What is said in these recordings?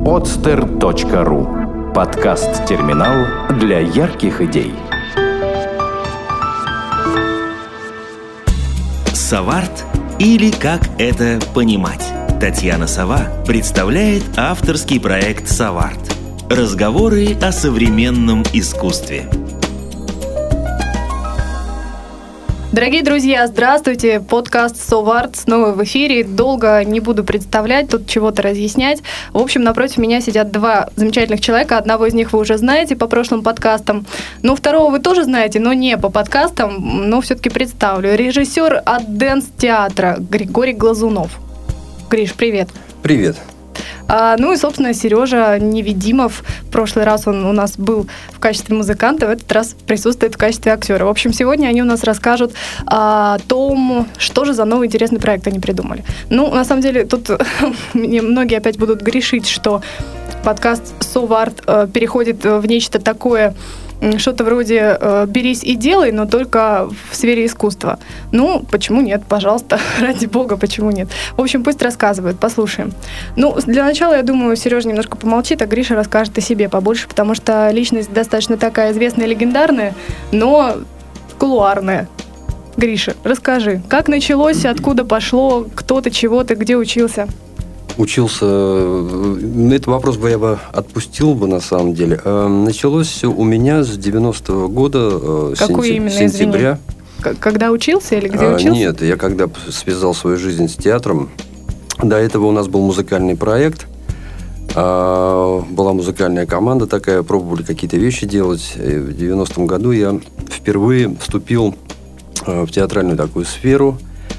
podster.ru. Подкаст-терминал для ярких идей. Саварт или как это понимать? Татьяна Сова представляет авторский проект «Саварт». Разговоры о современном искусстве. Дорогие друзья, здравствуйте! Подкаст «Саварт» снова в эфире. Долго не буду представлять, тут чего-то разъяснять. В общем, напротив меня сидят два замечательных человека. Одного из них вы уже знаете по прошлым подкастам. Ну, второго вы тоже знаете, но не по подкастам. Но все-таки представлю. Режиссер от Дэнс-театра Григорий Глазунов. Гриш, привет! Привет! Ну и, собственно, Сережа Невидимов. В прошлый раз он у нас был в качестве музыканта, в этот раз присутствует в качестве актера. В общем, сегодня они у нас расскажут о том, что же за новый интересный проект они придумали. Ну, на самом деле, тут многие опять будут грешить, что подкаст «Саварт» переходит в нечто такое, что-то вроде «берись и делай», но только в сфере искусства. Ну, почему нет? Пожалуйста, ради бога, почему нет? В общем, пусть рассказывают, послушаем. Ну, для начала, я думаю, Сережа немножко помолчит, а Гриша расскажет о себе побольше, потому что личность достаточно такая известная, легендарная, но кулуарная. Гриша, расскажи, как началось, откуда пошло, кто ты, чего ты, где учился? Учился... Этот вопрос я бы отпустил бы, на самом деле. Началось все у меня с 90-го года, сентября. Когда учился или где учился? Нет, я когда связал свою жизнь с театром. До этого у нас был музыкальный проект. Была музыкальная команда такая, пробовали какие-то вещи делать. И в 90-м году я впервые вступил в театральную такую сферу.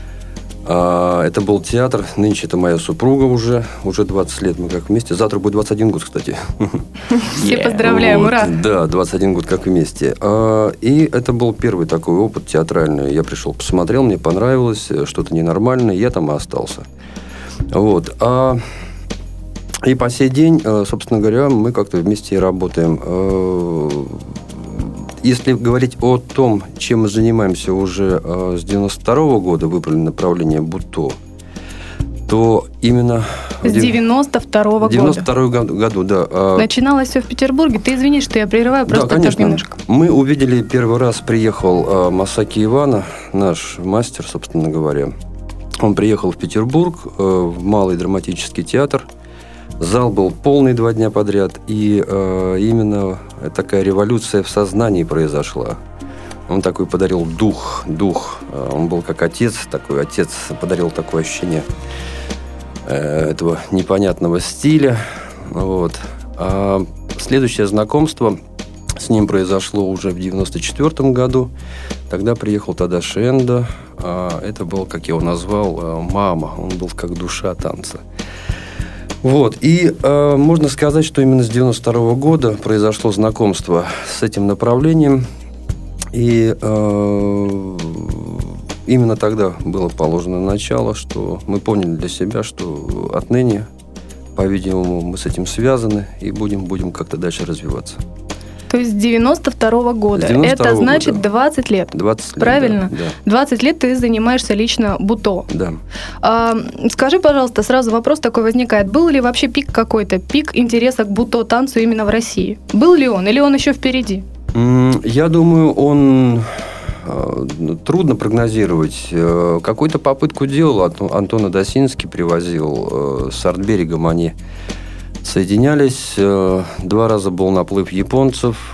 Это был театр, нынче это моя супруга уже 20 лет мы как вместе. Завтра будет 21 год, кстати. Все поздравляем, вот, ура! Да, 21 год как вместе. И это был первый такой опыт театральный. Я пришел, посмотрел, мне понравилось, что-то ненормальное, я там и остался. Вот. И по сей день, собственно говоря, мы как-то вместе и работаем. Если говорить о том, чем мы занимаемся уже с 92-го года, выбрали направление Буто, то именно... С 92-го года? В 92-м году, да. Начиналось все в Петербурге. Ты извини, что я прерываю, просто да, конечно. немножко. Мы увидели, первый раз приехал Масаки Ивана, наш мастер, собственно говоря. Он приехал в Петербург, в Малый драматический театр. Зал был полный 2 дня подряд, и именно такая революция в сознании произошла. Он такой подарил дух. Он был как отец, подарил такое ощущение этого непонятного стиля. Вот. А следующее знакомство с ним произошло уже в 94-м году. Тогда приехал Тадаши Эндо. Это был, как я его назвал, мама. Он был как душа танца. Вот. И можно сказать, что именно с 92-го года произошло знакомство с этим направлением. И именно тогда было положено начало, что мы поняли для себя, что отныне, по-видимому, мы с этим связаны и будем как-то дальше развиваться. То есть с 92-го года. Это значит года. 20 лет. 20 лет, правильно? Да. 20 лет ты занимаешься лично Буто. Да. Скажи, пожалуйста, сразу вопрос такой возникает. Был ли вообще пик какой-то, пик интереса к Буто танцу именно в России? Был ли он или он еще впереди? Я думаю, он... Трудно прогнозировать. Какую-то попытку делал. Антон Адасинский привозил с Артберегом они... Соединялись. 2 раза был наплыв японцев.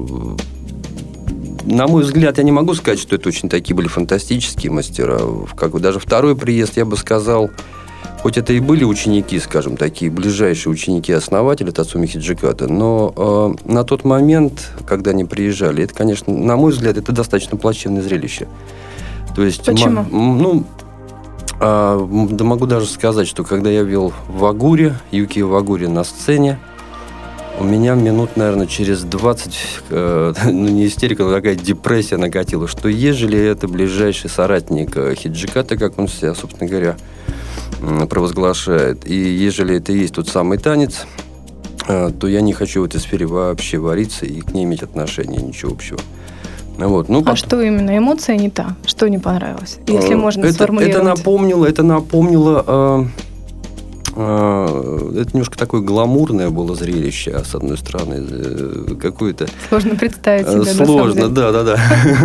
На мой взгляд, я не могу сказать, что это очень такие были фантастические мастера. Даже второй приезд, я бы сказал, хоть это и были ученики, скажем, такие ближайшие ученики основателя Тацуми Хиджиката, но на тот момент, когда они приезжали, это, конечно, на мой взгляд, это достаточно плачевное зрелище. То есть, почему? Да могу даже сказать, что когда я вел Юки Вагури на сцене, у меня минут, наверное, через 20, не истерика, но такая депрессия накатила, что ежели это ближайший соратник Хиджиката, как он себя, собственно говоря, провозглашает, и ежели это и есть тот самый танец, то я не хочу в этой сфере вообще вариться и к ней иметь отношения, ничего общего. Вот. Что именно? Эмоция не та? Что не понравилось? Если можно сформулировать. Это напомнило это немножко такое гламурное было зрелище, с одной стороны, какое-то... Сложно представить себе, сложно, да.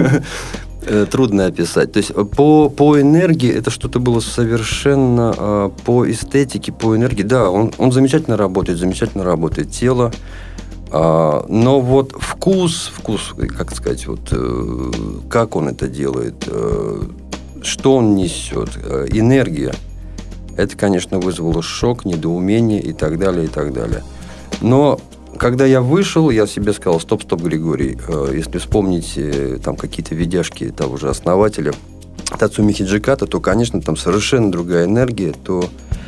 Трудно описать. То есть по энергии это что-то было совершенно по эстетике, по энергии. Да, он замечательно работает тело. Но вот вкус, как сказать, вот как он это делает, что он несет, энергия, это, конечно, вызвало шок, недоумение и так далее, и так далее. Но когда я вышел, я себе сказал: стоп, Григорий, если вспомните там какие-то видяшки того же основателя Тацуми Хиджиката, то, конечно, там совершенно другая энергия, то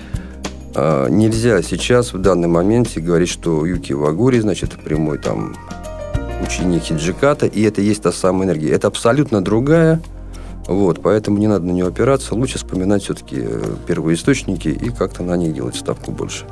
нельзя сейчас в данный моменте говорить, что Юки Вагури, значит, прямой там ученик Хиджиката, и это есть та самая энергия. Это абсолютно другая, вот, поэтому не надо на нее опираться, лучше вспоминать все-таки первоисточники и как-то на них делать ставку больше.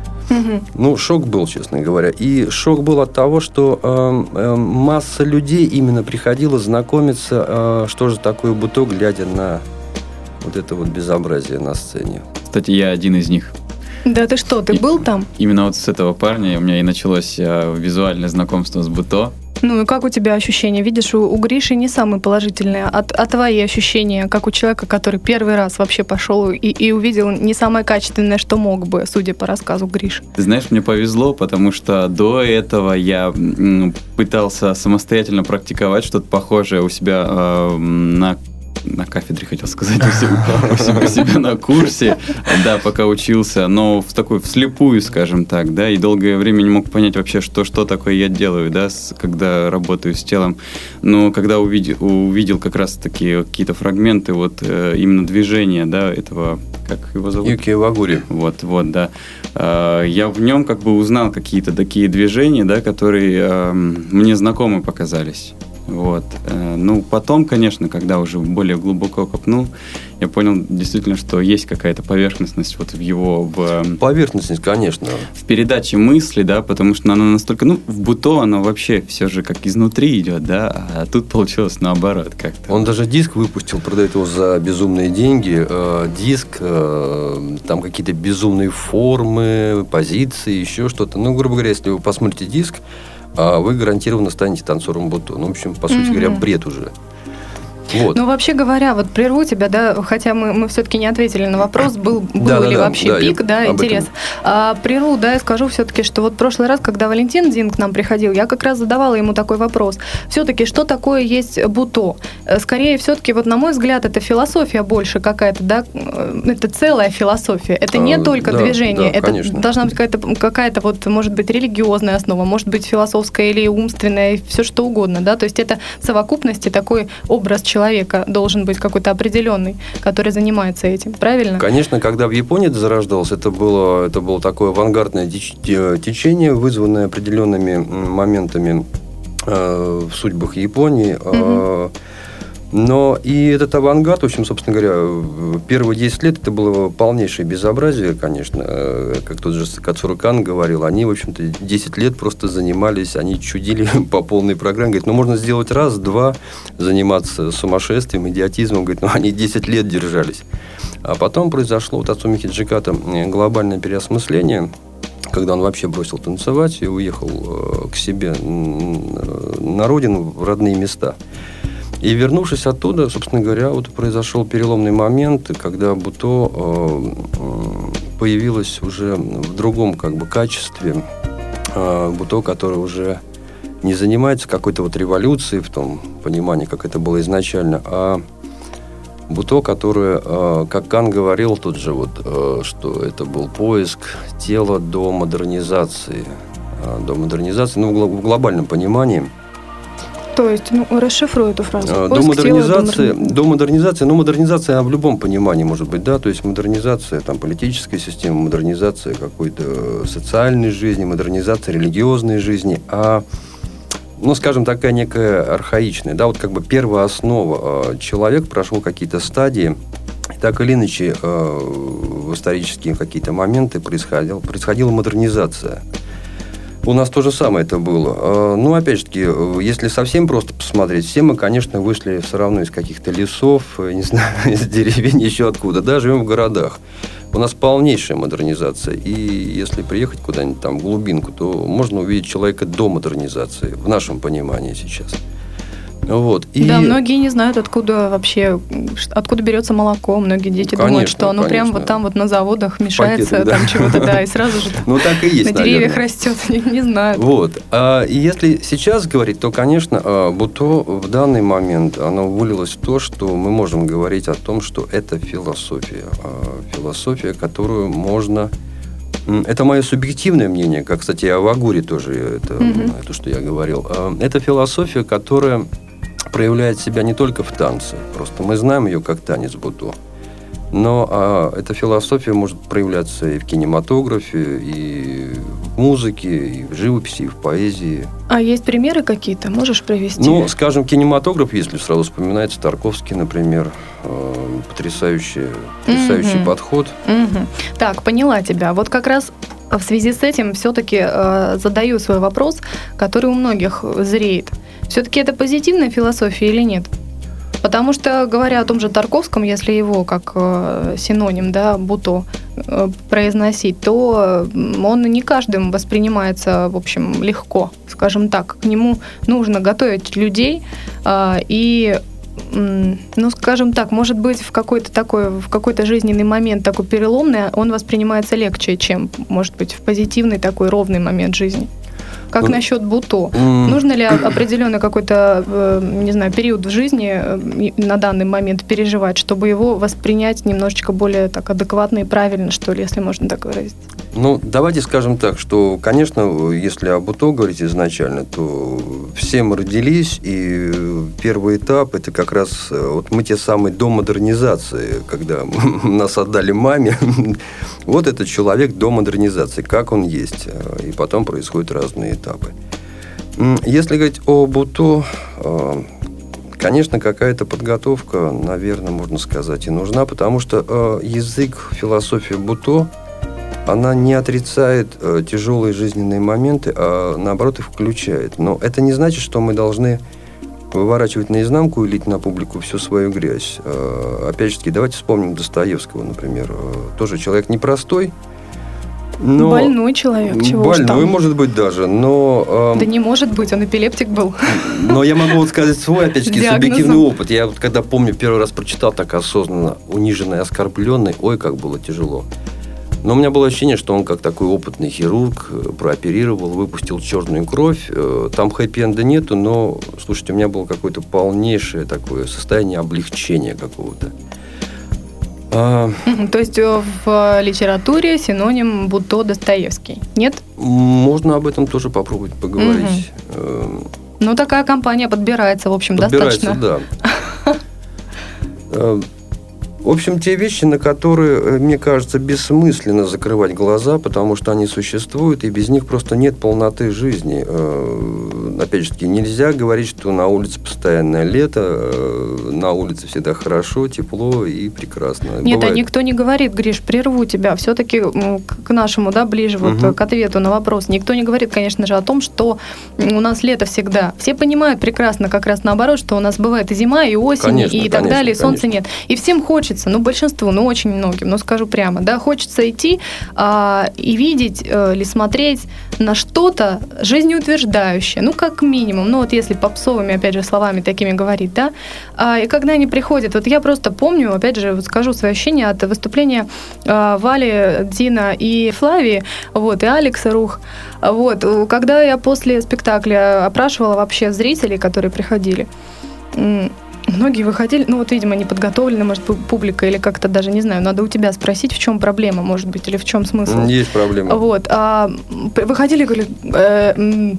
Ну, шок был, честно говоря. И шок был от того, что масса людей именно приходила знакомиться, что же такое Бутто, глядя на вот это вот безобразие на сцене. Кстати, я один из них. Да ты что, ты был там? Именно вот с этого парня у меня и началось визуальное знакомство с Бутто. Ну и как у тебя ощущения? Видишь, у Гриши не самые положительные. А твои ощущения, как у человека, который первый раз вообще пошел и увидел не самое качественное, что мог бы, судя по рассказу Гриши? Ты знаешь, мне повезло, потому что до этого я пытался самостоятельно практиковать что-то похожее у себя на кафедре, хотел сказать, у себя на курсе, да, пока учился, но вслепую, скажем так, да, и долгое время не мог понять вообще, что такое я делаю, да, когда работаю с телом. Но когда увидел как раз-таки какие-то фрагменты, вот именно движения, да, этого, как его зовут? Юки Вагури. Вот, да. Я в нем как бы узнал какие-то такие движения, да, которые мне знакомы показались. Вот. Ну, потом, конечно, когда уже более глубоко копнул, я понял действительно, что есть какая-то поверхностность вот в его... Поверхностность, конечно. В передаче мысли, да, потому что она настолько... Ну, в Бутто оно вообще все же как изнутри идет, да, а тут получилось наоборот как-то. Он даже диск выпустил, продает его за безумные деньги. Диск, там какие-то безумные формы, позиции, еще что-то. Ну, грубо говоря, если вы посмотрите диск, вы гарантированно станете танцором Бутто. Ну, в общем, по сути говоря, бред уже. Вот. Ну, вообще говоря, вот прерву тебя, да, хотя мы все-таки не ответили на вопрос, был ли вообще пик, да, интерес. Прерву, да, я скажу все-таки, что вот в прошлый раз, когда Валентин Дзин к нам приходил, я как раз задавала ему такой вопрос. Все-таки, что такое есть Бутто? Скорее, все-таки, вот на мой взгляд, это философия больше какая-то, да, это целая философия. Это не только движение, это конечно. Должна быть какая-то вот, может быть, религиозная основа, может быть, философская или умственная, все что угодно, да, то есть это в совокупности такой образ человека должен быть какой-то определенный, который занимается этим, правильно? Конечно, когда в Японии это зарождалось, это было такое авангардное течение, вызванное определенными моментами в судьбах Японии. Но и этот авангард, в общем, собственно говоря, первые 10 лет это было полнейшее безобразие, конечно. Как тот же Кацуру Кан говорил, они, в общем-то, 10 лет просто занимались, они чудили по полной программе. Говорит, можно сделать раз-два, заниматься сумасшествием, идиотизмом. Говорит, они 10 лет держались. А потом произошло у Тацуми Хиджиката глобальное переосмысление, когда он вообще бросил танцевать и уехал к себе на родину, в родные места. И вернувшись оттуда, собственно говоря, вот произошел переломный момент, когда Бутто появилось уже в другом как бы качестве. Бутто, который уже не занимается какой-то вот революцией в том понимании, как это было изначально, а Бутто, которое, как Кан говорил тут же, вот, что это был поиск тела до модернизации, в глобальном понимании. То есть, расшифруй эту фразу. До модернизации, модернизация в любом понимании может быть, да, то есть модернизация там, политической системы, модернизация какой-то социальной жизни, модернизация религиозной жизни, скажем, такая некая архаичная, да, вот как бы первая основа. Человек прошел какие-то стадии, и так или иначе в исторические какие-то моменты происходила модернизация. У нас то же самое это было. Опять же таки, если совсем просто посмотреть, все мы, конечно, вышли все равно из каких-то лесов, не знаю, из деревень, еще откуда, да, живем в городах. У нас полнейшая модернизация. И если приехать куда-нибудь там в глубинку, то можно увидеть человека до модернизации, в нашем понимании сейчас. Вот. И... Да, многие не знают, откуда берется молоко. Многие дети думают, что оно прям вот там вот на заводах мешается, пакеты, там чего-то, да, и сразу же ну, так и есть, на деревьях растет, не знают. Вот. И если сейчас говорить, то, конечно, Буто в данный момент, оно вылилось в то, что мы можем говорить о том, что это философия. Философия, которую можно... Это мое субъективное мнение, как, кстати, о Вагуре тоже, это что я говорил. Это философия, которая проявляет себя не только в танце. Просто мы знаем ее как танец Буто. Но эта философия может проявляться и в кинематографе, и в музыке, и в живописи, и в поэзии. А есть примеры какие-то? Можешь привести? Ну, скажем, кинематограф, если сразу вспоминается Тарковский, например, потрясающий подход. Так, поняла тебя. Вот как раз в связи с этим все-таки задаю свой вопрос, который у многих зреет. Все-таки это позитивная философия или нет? Потому что, говоря о том же Тарковском, если его как синоним, да, Буто произносить, то он не каждым воспринимается, в общем, легко, скажем так. К нему нужно готовить людей и... Ну, скажем так, может быть, в какой-то жизненный момент такой переломный, он воспринимается легче, чем, может быть, в позитивный такой ровный момент жизни. Как насчет Буто? Нужно ли определенный какой-то, не знаю, период в жизни на данный момент переживать, чтобы его воспринять немножечко более так адекватно и правильно, что ли, если можно так выразиться? Ну, давайте скажем так, что, конечно, если о Буто говорить изначально, то все мы родились, и первый этап – это как раз вот мы те самые до модернизации, когда нас отдали маме. Вот этот человек до модернизации, как он есть. И потом происходят разные этапы. Если говорить о Буто, конечно, какая-то подготовка, наверное, можно сказать, и нужна, потому что язык, философия Буто, она не отрицает тяжелые жизненные моменты, а наоборот их включает. Но это не значит, что мы должны выворачивать наизнанку и лить на публику всю свою грязь. Опять же таки, давайте вспомним Достоевского, например. Тоже человек непростой. Но... Больной человек, чего уж там. Больной, может быть, даже, но... Да не может быть, он эпилептик был. Но я могу вот сказать свой, опять-таки, субъективный опыт. Я вот когда помню, первый раз прочитал так осознанно «Униженный, оскорбленный», ой, как было тяжело. Но у меня было ощущение, что он как такой опытный хирург прооперировал, выпустил черную кровь. Там хэппи-энда нету, но, слушайте, у меня было какое-то полнейшее такое состояние облегчения какого-то. То есть в литературе синоним Буто Достоевский, нет? Можно об этом тоже попробовать поговорить. Ну, такая компания подбирается, в общем, достаточно. Да. В общем, те вещи, на которые, мне кажется, бессмысленно закрывать глаза, потому что они существуют, и без них просто нет полноты жизни. Опять же таки, нельзя говорить, что на улице постоянное лето, на улице всегда хорошо, тепло и прекрасно. Нет, бывает... никто не говорит, Гриш, прерву тебя. Все-таки к нашему, да, ближе вот к ответу на вопрос. Никто не говорит, конечно же, о том, что у нас лето всегда. Все понимают прекрасно, как раз наоборот, что у нас бывает и зима, и осень, конечно, и так далее, и солнца нет. И всем хочется, ну, большинству, ну, очень многим, ну, скажу прямо, да, хочется идти и видеть или смотреть на что-то жизнеутверждающее, ну, как минимум, ну, вот если попсовыми, опять же, словами такими говорить, да, и когда они приходят, вот я просто помню, опять же, вот скажу свои ощущения от выступления Вали, Дина и Флавии, вот, и Алекса Рух, вот, когда я после спектакля опрашивала вообще зрителей, которые приходили, многие выходили, ну вот, видимо, неподготовленная, может, публика, или как-то даже, не знаю, надо у тебя спросить, в чем проблема, может быть, или в чем смысл. Есть проблема. Вот, выходили и говорили,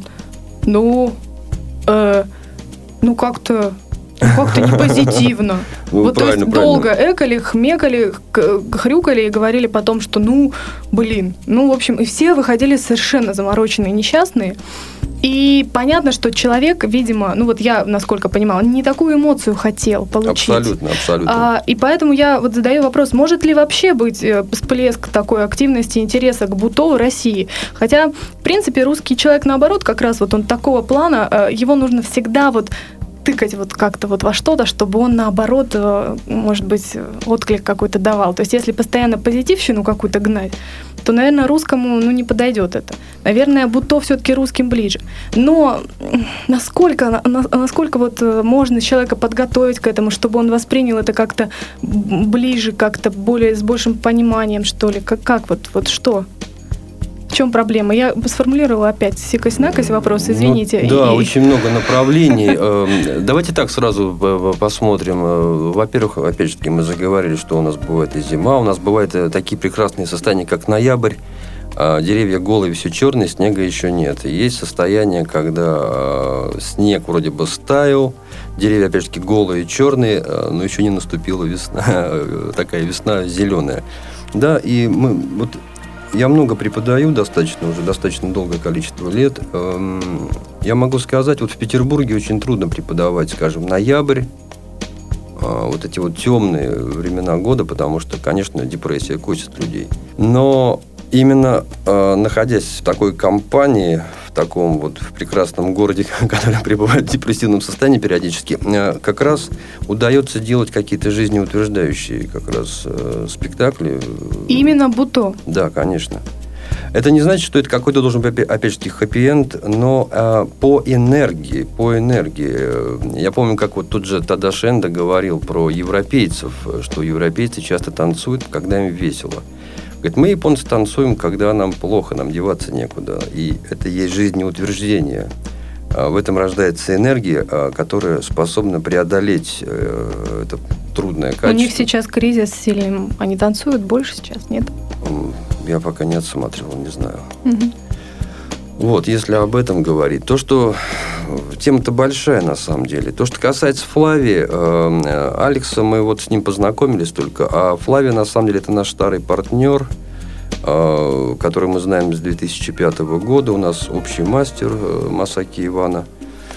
как-то не позитивно. Вот, то есть долго экали, хмекали, хрюкали и говорили потом, что, в общем, и все выходили совершенно замороченные, несчастные. И понятно, что человек, видимо, ну вот я, насколько понимала, не такую эмоцию хотел получить. Абсолютно. И поэтому я вот задаю вопрос, может ли вообще быть всплеск такой активности, интереса к Буто в России? Хотя, в принципе, русский человек, наоборот, как раз вот он такого плана, его нужно всегда вот тыкать вот как-то вот во что-то, чтобы он, наоборот, может быть, отклик какой-то давал. То есть если постоянно позитивщину какую-то гнать, то, наверное, русскому не подойдет это. Наверное, Буто все-таки русским ближе. Но насколько вот можно человека подготовить к этому, чтобы он воспринял это как-то ближе, как-то более с большим пониманием, что ли? Как вот что? В чем проблема? Я сформулировала опять сикость-накость вопрос, извините. Да, очень много направлений. Давайте так сразу посмотрим. Во-первых, опять же таки, мы заговорили, что у нас бывает и зима, у нас бывают такие прекрасные состояния, как ноябрь. Деревья голые, все черные, снега еще нет. И есть состояние, когда снег вроде бы стаял, деревья, опять же таки, голые, черные, но еще не наступила весна, такая весна зеленая. Да, и я много преподаю уже достаточно долгое количество лет. Я могу сказать, вот в Петербурге очень трудно преподавать, скажем, ноябрь, вот эти вот темные времена года, потому что, конечно, депрессия косит людей. Но именно находясь в такой компании, в таком вот в прекрасном городе, который пребывает в депрессивном состоянии периодически, как раз удается делать какие-то жизнеутверждающие как раз спектакли. Именно Буто? Да, конечно. Это не значит, что это какой-то должен быть, опять же, хэппи-энд, но по энергии. Я помню, как вот тут же Тадаш Эндо говорил про европейцев, что европейцы часто танцуют, когда им весело. Говорит, мы, японцы, танцуем, когда нам плохо, нам деваться некуда. И это есть жизнеутверждение. В этом рождается энергия, которая способна преодолеть это трудное качество. У них сейчас кризис сильный. Они танцуют больше сейчас, нет? Я пока не отсматривал, не знаю. Угу. Вот, если об этом говорить. То, что... Тема-то большая, на самом деле. То, что касается Флавии, Алекса, мы вот с ним познакомились только. А Флавия, на самом деле, это наш старый партнер, который мы знаем с 2005 года. У нас общий мастер Масаки Ивана.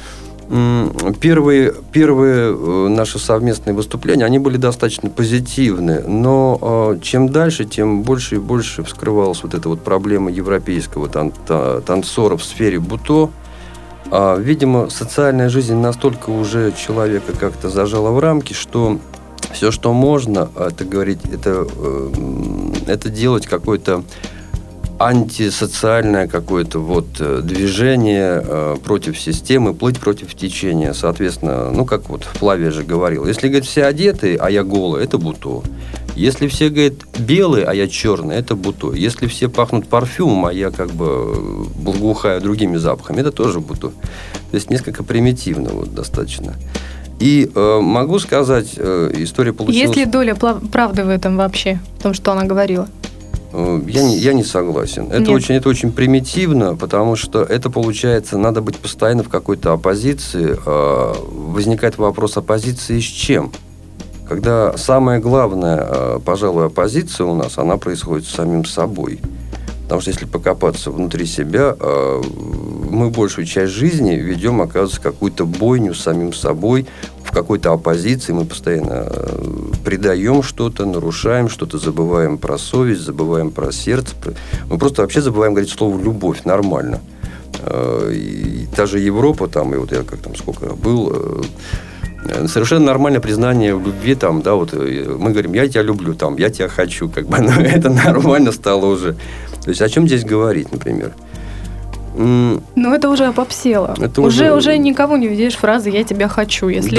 Первые наши совместные выступления, они были достаточно позитивны, но чем дальше, тем больше и больше вскрывалась вот эта вот проблема европейского танцора в сфере Буто. Видимо, социальная жизнь настолько уже человека как-то зажала в рамки, что все, что можно, это говорить, это делать какое-то антисоциальное какое-то вот движение против системы, плыть против течения. Соответственно, как вот Флавия же говорил, если, говорит, все одеты, а я голый, это Буто. Если все, говорит, белые, а я черный, это Буто. Если все пахнут парфюмом, а я как бы благоухаю другими запахами, это тоже Буто. То есть несколько примитивно вот достаточно. И могу сказать, история получилась... Есть ли доля правды в этом вообще, в том, что она говорила? Я не согласен. Это очень примитивно, потому что это, получается, надо быть постоянно в какой-то оппозиции. Возникает вопрос оппозиции с чем? Когда самая главная, пожалуй, оппозиция у нас, она происходит с самим собой. Потому что если покопаться внутри себя, мы большую часть жизни ведем, оказывается, какую-то бойню с самим собой, в какой-то оппозиции. Мы постоянно предаем что-то, нарушаем что-то, забываем про совесть, забываем про сердце. Мы просто вообще забываем говорить слово «любовь» нормально. И та же Европа, там, и вот я как там сколько был... Совершенно нормальное признание в любви, там, да, вот мы говорим, я тебя люблю, там, я тебя хочу, как бы, это нормально стало уже. То есть, о чем здесь говорить, например? Ну, это уже попсело. Уже никого не видишь фразы «я тебя хочу». Если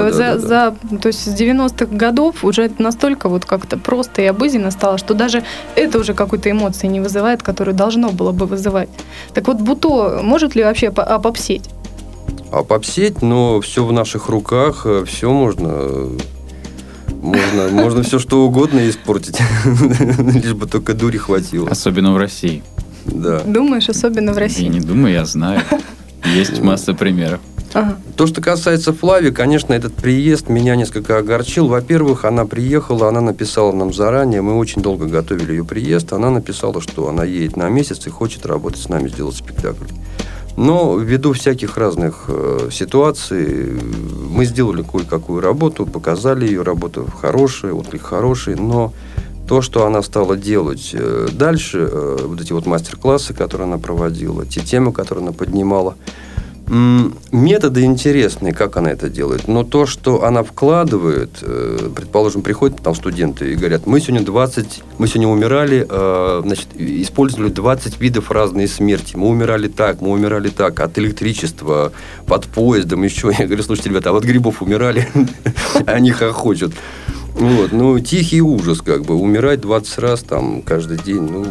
то есть с 90-х годов уже настолько вот как-то просто и обыденно стало, что даже это уже какой-то эмоции не вызывает, которую должно было бы вызывать. Так вот, Буто может ли вообще опопсеть? Опопсеть, но все в наших руках, все можно все что угодно испортить, лишь бы только дури хватило. Особенно в России. Да. Думаешь, особенно в России? Я не думаю, я знаю. Есть масса примеров. Ага. То, что касается Флавии, конечно, этот приезд меня несколько огорчил. Во-первых, она приехала, она написала нам заранее, мы очень долго готовили ее приезд, она написала, что она едет на месяц и хочет работать с нами, сделать спектакль. Но ввиду всяких разных ситуаций мы сделали кое-какую работу, показали ее, работа хорошая, отклик хороший, но то, что она стала делать дальше, вот эти вот мастер-классы, которые она проводила, те темы, которые она поднимала, Методы интересные, как она это делает. Но то, что она вкладывает, предположим, приходят там студенты и говорят, мы сегодня умирали, значит, использовали 20 видов разной смерти. Мы умирали так, от электричества, под поездом, еще. Я говорю, слушайте, ребята, а вот Грибов умирали, они хохочут. Вот, ну, тихий ужас, как бы, умирать 20 раз там каждый день, ну...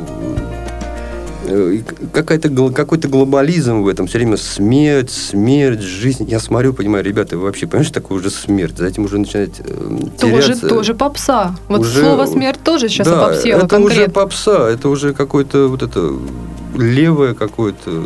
Какой-то глобализм в этом. Все время смерть, жизнь. Я смотрю, понимаю, ребята, вы вообще понимаете, что такое уже смерть? За этим уже начинает теряться. Тоже попса. Вот уже, слово смерть тоже сейчас опопсело. Это конкретно. Уже попса. Это уже какое-то вот это левое какое-то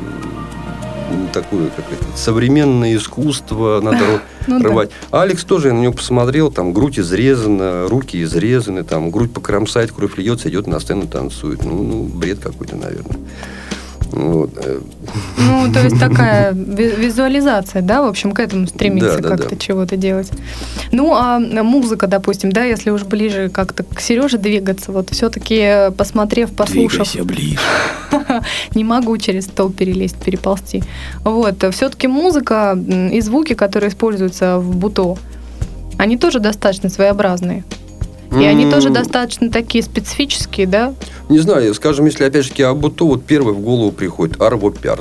такое какое-то современное искусство надо рвать. Да. Алекс тоже, я на него посмотрел, там грудь изрезана, руки изрезаны, там грудь покромсает, кровь льется, идет на сцену, танцует. Ну, бред какой-то, наверное. Вот. Ну, то есть такая визуализация, да, в общем, к этому стремиться как-то чего-то делать. Ну, а музыка, допустим, да, если уж ближе как-то к Сереже двигаться, вот все-таки посмотрев, послушав... Двигайся ближе. Не могу через стол перелезть, переползти. Вот, все-таки музыка и звуки, которые используются в буто, они тоже достаточно своеобразные. И они тоже достаточно такие специфические, да? Не знаю, скажем, если опять же о буто, вот первый в голову приходит Арво Пярт.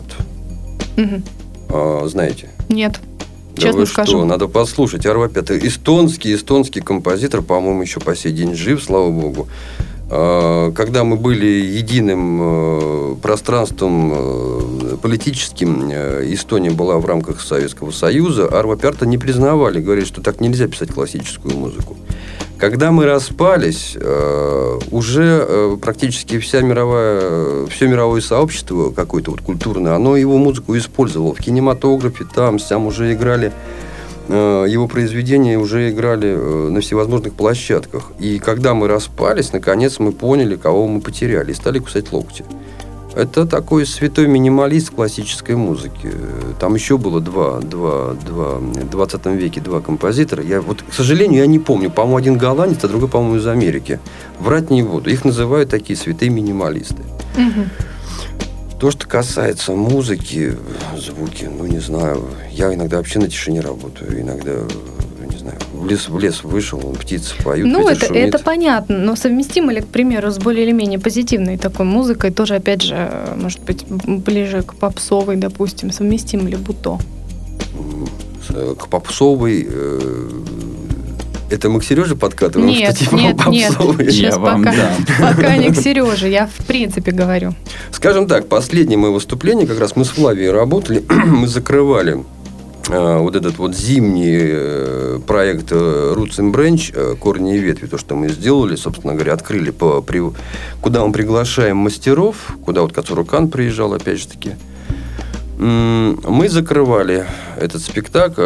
Знаете? Нет. Да честно скажу. Что? Надо послушать. Арво Пярт. Эстонский композитор, по-моему, еще по сей день жив, слава богу. Когда мы были единым пространством политическим, Эстония была в рамках Советского Союза, Арво Пярта не признавали, говорили, что так нельзя писать классическую музыку. Когда мы распались, уже практически все мировое сообщество какое-то вот культурное, оно его музыку использовало в кинематографе, там уже играли, его произведения уже играли на всевозможных площадках. И когда мы распались, наконец мы поняли, кого мы потеряли, и стали кусать локти. Это такой святой минималист классической музыки. Там еще было в 20 веке два композитора. К сожалению, я не помню. По-моему, один голландец, а другой, по-моему, из Америки. Врать не буду. Их называют такие святые минималисты. То, что касается музыки, звуки, не знаю. Я иногда вообще на тишине работаю. Иногда... В лес вышел, птицы поют, ветер шумит. Это понятно, но совместимо ли, к примеру, с более или менее позитивной такой музыкой, тоже, опять же, может быть, ближе к попсовой, допустим, совместимо ли буто? К попсовой... Это мы к Сереже подкатываем? Нет, сейчас пока не к Сереже, я в принципе говорю. Скажем так, последнее мое выступление, как раз мы с Флавией работали, мы закрывали вот этот вот зимний проект Roots and Branch, корни и ветви, то, что мы сделали, собственно говоря, открыли, куда мы приглашаем мастеров, куда вот Кацурукан приезжал, опять же таки. Мы закрывали этот спектакль,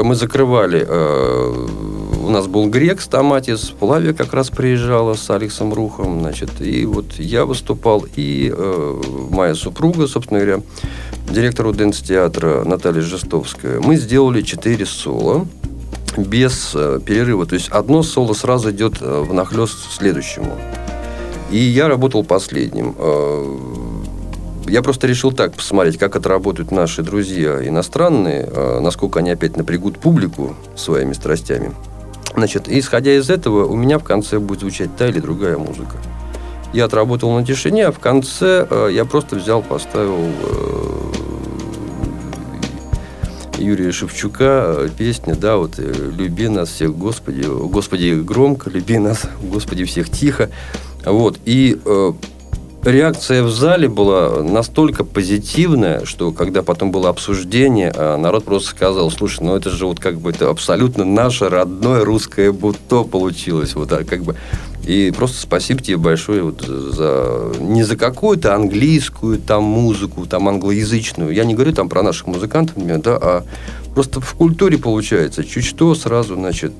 у нас был Грек Стаматис, Флавия как раз приезжала с Алексом Рухом, значит, и вот я выступал, и моя супруга, собственно говоря, директор Дэнс-театра Наталья Жестовская. Мы сделали 4 соло без перерыва, то есть одно соло сразу идет внахлёст следующему. И я работал последним. Я просто решил так посмотреть, как это работают наши друзья иностранные, насколько они опять напрягут публику своими страстями. Значит, исходя из этого, у меня в конце будет звучать та или другая музыка. Я отработал на тишине, а в конце я просто взял, поставил Юрия Шевчука песня, да, вот «Люби нас всех, Господи, Господи громко, люби нас, Господи всех тихо». Вот, и реакция в зале была настолько позитивная, что когда потом было обсуждение, народ просто сказал: слушай, это же вот как бы это абсолютно наше родное русское буто получилось. Вот, как бы. И просто спасибо тебе большое вот не за какую-то английскую там музыку, там англоязычную. Я не говорю там про наших музыкантов, да, а просто в культуре получается. Чуть что сразу, значит,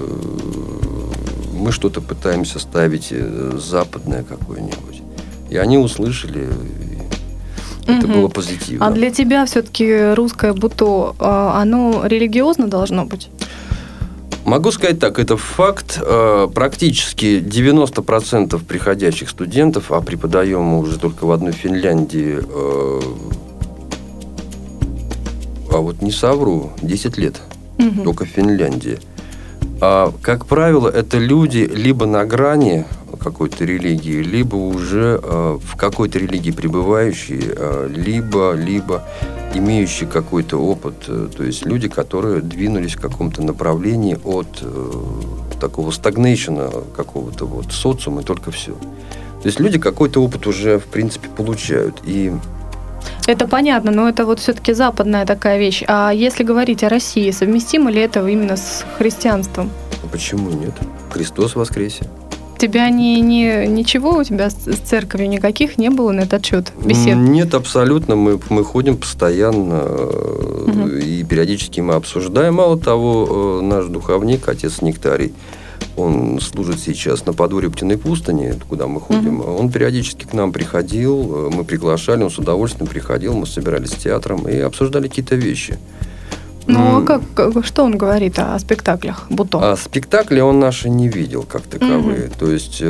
мы что-то пытаемся ставить западное какое-нибудь. И они услышали, это было позитивно. А для тебя все-таки русское буто, оно религиозно должно быть? Могу сказать так, это факт. Практически 90% приходящих студентов, а преподаем мы уже только в одной Финляндии, а вот не совру, 10 лет. Только в Финляндии. А, как правило, это люди либо на грани какой-то религии, либо уже в какой-то религии пребывающие, либо имеющие какой-то опыт. То есть люди, которые двинулись в каком-то направлении от такого стагнейшена, какого-то вот социума, и только все. То есть люди какой-то опыт уже, в принципе, получают. И это понятно, но это вот все-таки западная такая вещь. А если говорить о России, совместимо ли это именно с христианством? Почему нет? Христос воскресе. У тебя ничего у тебя с церковью никаких не было на этот счет бесед? Нет, абсолютно. Мы ходим постоянно, и периодически мы обсуждаем. Мало того, наш духовник, отец Нектарий, он служит сейчас на подворье Птиной пустыни, куда мы ходим. Он периодически к нам приходил, мы приглашали, он с удовольствием приходил, мы собирались с театром и обсуждали какие-то вещи. Ну, что он говорит о спектаклях Буто? А спектакли он наши не видел как таковые. То есть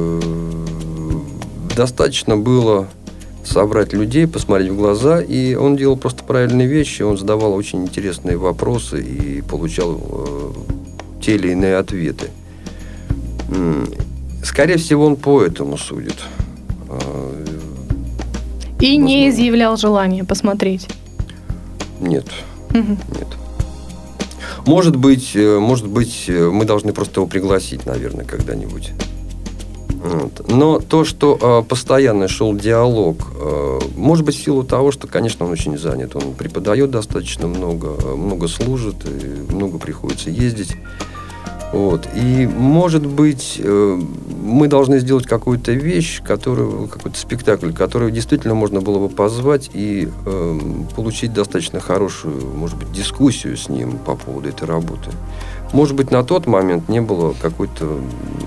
достаточно было собрать людей, посмотреть в глаза, и он делал просто правильные вещи, он задавал очень интересные вопросы и получал те или иные ответы. Скорее всего, он по этому судит. И не изъявлял желания посмотреть? Нет. Нет. Может быть, мы должны просто его пригласить, наверное, когда-нибудь. Вот. Но то, что постоянно шел диалог, может быть, в силу того, что, конечно, он очень занят. Он преподает достаточно много служит, и много приходится ездить. Вот. И, может быть, мы должны сделать какую-то вещь, какой-то спектакль, который действительно можно было бы позвать и получить достаточно хорошую, может быть, дискуссию с ним по поводу этой работы. Может быть, на тот момент не было какой-то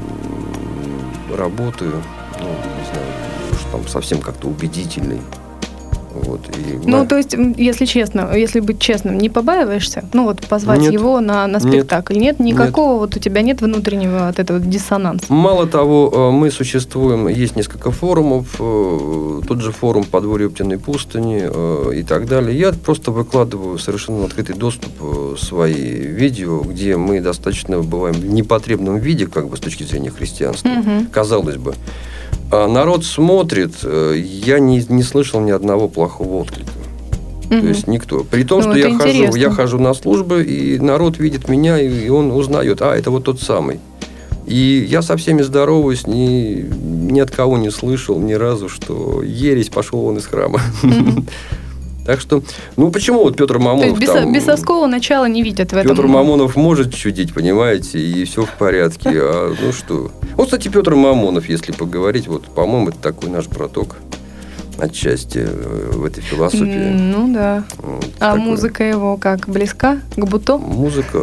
работы, не знаю, что там совсем как-то убедительной. Вот, то есть, если быть честным, не побаиваешься? Позвать нет, его на спектакль? Нет никакого, у тебя нет внутреннего от этого диссонанса? Мало того, мы существуем, есть несколько форумов, тот же форум «Подворье Птиной пустыни» и так далее. Я просто выкладываю в совершенно открытый доступ свои видео, где мы достаточно бываем в непотребном виде, как бы с точки зрения христианства, казалось бы. А народ смотрит, я не слышал ни одного плохого отклика. То есть никто. При том, что я хожу на службы, и народ видит меня, и он узнает, это вот тот самый. И я со всеми здороваюсь, ни от кого не слышал ни разу, что ересь, пошел он из храма. Так что, почему вот Петр Мамонов... То есть бесовского начала не видят в этом? Петр Мамонов может чудить, понимаете, и все в порядке. Что? Вот, кстати, Петр Мамонов, если поговорить, по-моему, это такой наш браток отчасти в этой философии. Да. Музыка его как, близка к Буто? Музыка...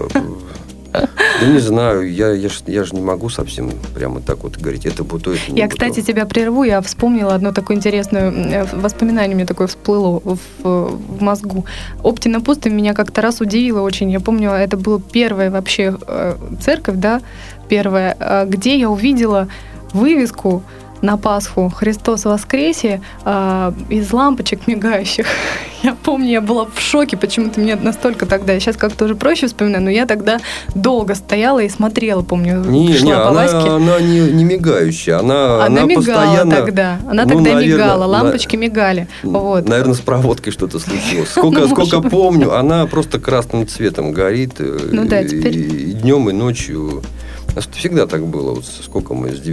Да не знаю, я же не могу совсем прямо так вот говорить, это Буто, это не Я, Буто. кстати, тебя прерву, я вспомнила одно такое интересное воспоминание, мне такое всплыло в мозгу. Птина пустыня меня как-то раз удивила очень. Я помню, это была первая вообще церковь, да, первая, где я увидела вывеску на Пасху «Христос воскресе» из лампочек мигающих. Я помню, я была в шоке, почему-то мне настолько тогда, я сейчас как-то уже проще вспоминаю, но я тогда долго стояла и смотрела, помню, шла по Ваське. Она не мигающая, она мигала постоянно... тогда, мигала, лампочки мигали. Вот. Наверное, с проводкой что-то случилось. Сколько помню, она просто красным цветом горит, и днем, и ночью. Всегда так было. Вот сколько мы, с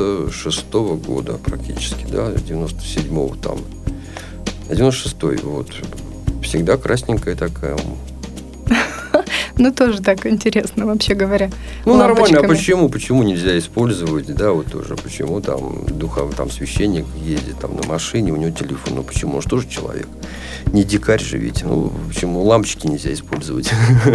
96-го года практически, да, с 97-го там. 96-й, вот. Всегда красненькая такая. Тоже так интересно, вообще говоря. Нормально, а почему нельзя использовать, да, вот тоже, почему там священник ездит там на машине, у него телефон, почему, он же тоже человек. Не дикарь же ведь, почему лампочки нельзя использовать?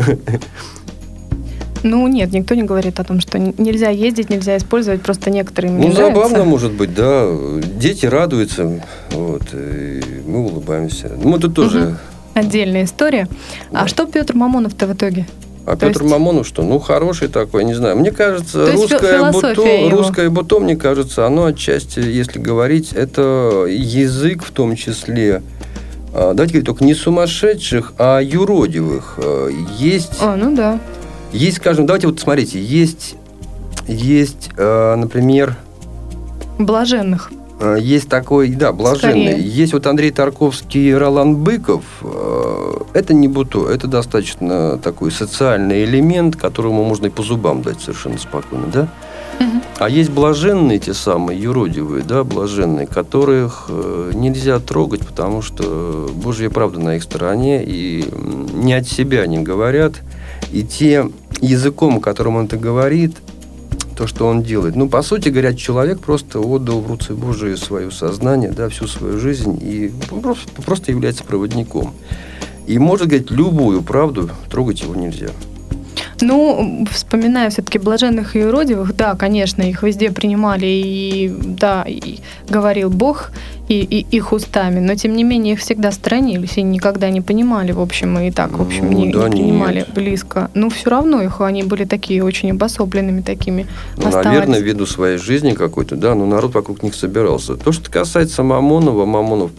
Нет, никто не говорит о том, что нельзя ездить, нельзя использовать, просто некоторые не нравятся. Забавно, может быть, да. Дети радуются, и мы улыбаемся. Мы тут тоже... Отдельная история. Да. А что Петр Мамонов-то в итоге? Петр Мамонов что? хороший такой, не знаю. Мне кажется, русское Буто, мне кажется, оно отчасти, если говорить, это язык в том числе давайте говорить, только не сумасшедших, а юродивых. Есть... ну да. Есть, скажем, давайте вот смотрите, есть, например... Блаженных. Есть такой, да, блаженный. Скорее. Есть вот Андрей Тарковский и Ролан Быков. Это не буто, это достаточно такой социальный элемент, которому можно и по зубам дать совершенно спокойно, да? Угу. А есть блаженные, те самые юродивые, да, блаженные, которых нельзя трогать, потому что Божья правда на их стороне, и не от себя они говорят, и те языком, которым он это говорит, то, что он делает. Ну, по сути говоря, человек просто отдал в руки Божие свое сознание, да, всю свою жизнь, и просто является проводником. И может говорить любую правду, трогать его нельзя. Ну, вспоминая все-таки блаженных и юродивых, да, конечно, их везде принимали, и да, и говорил Бог и их устами, но тем не менее их всегда сторонились и никогда не понимали, в общем, и так, в общем, не принимали близко. Но все равно их, они были такие очень обособленными такими. Ну, наверное, ввиду своей жизни какой-то, да, но народ вокруг них собирался. То, что касается Мамонова, Мамонов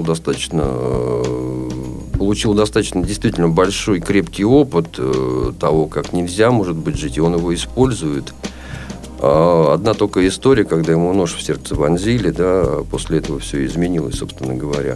получил достаточно действительно большой, крепкий опыт того, как нельзя, может быть, жить, и он его использует. Одна только история, когда ему нож в сердце вонзили, да, после этого все изменилось, собственно говоря.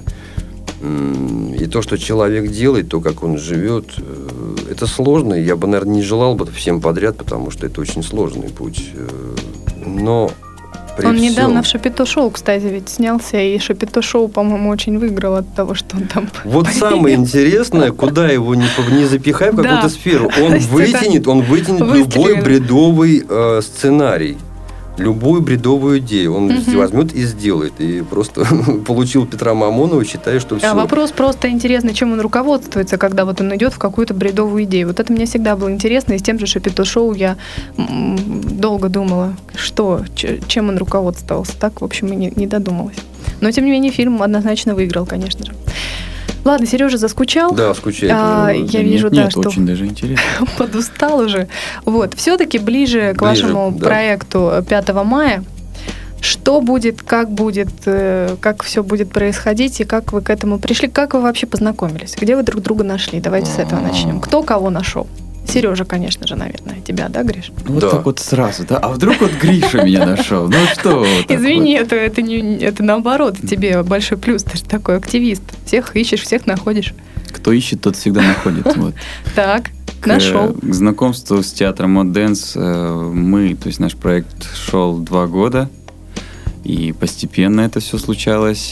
И то, что человек делает, то, как он живет, это сложно. Я бы, наверное, не желал бы всем подряд, потому что это очень сложный путь. Но он недавно в Шапито-шоу, кстати, ведь снялся, и Шапито-шоу, по-моему, очень выиграл от того, что он там... Вот появился. Самое интересное, куда его не запихай в какую-то сферу, он вытянет любой бредовый сценарий, любую бредовую идею. Он возьмет и сделает. И просто получил Петра Мамонова, считая, что все. А вопрос просто интересный, чем он руководствуется, когда вот он идет в какую-то бредовую идею. Вот это мне всегда было интересно, и с тем же Шапито-шоу я долго думала, чем он руководствовался. Так, в общем, и не додумалась. Но, тем не менее, фильм однозначно выиграл, конечно же. Ладно, Сережа заскучал. Да, скучает. Я вижу, нет, что очень даже интересно. Подустал уже. Вот, все-таки ближе к вашему проекту 5 мая. Что будет, как все будет происходить, и как вы к этому пришли, как вы вообще познакомились, где вы друг друга нашли? Давайте с этого начнем. Кто кого нашел? Сережа, конечно же, наверное, тебя, да, Гриш? Вот так вот сразу, да? А вдруг вот Гриша меня нашел? Ну что? Извини, вот. это наоборот, тебе большой плюс, ты же такой активист. Всех ищешь, всех находишь. Кто ищет, тот всегда находит. Вот. Так, нашел. К знакомству с театром Odd Dance то есть наш проект шел 2 года, и постепенно это все случалось.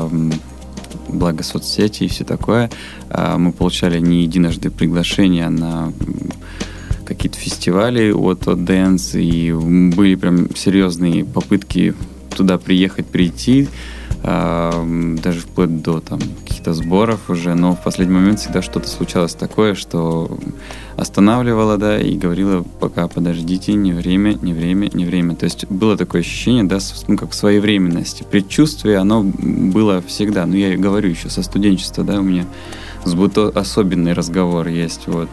Благо соцсети и все такое. Мы получали не единожды приглашения на какие-то фестивали от Odd Dance, и были прям серьезные попытки туда приехать, прийти, даже вплоть до каких-то сборов уже, но в последний момент всегда что-то случалось такое, что останавливало, да, и говорило: пока подождите, не время. То есть было такое ощущение, да, как своевременности. Предчувствие, оно было всегда. Ну, я говорю еще со студенчества, да, у меня с Буто особенный разговор есть, вот.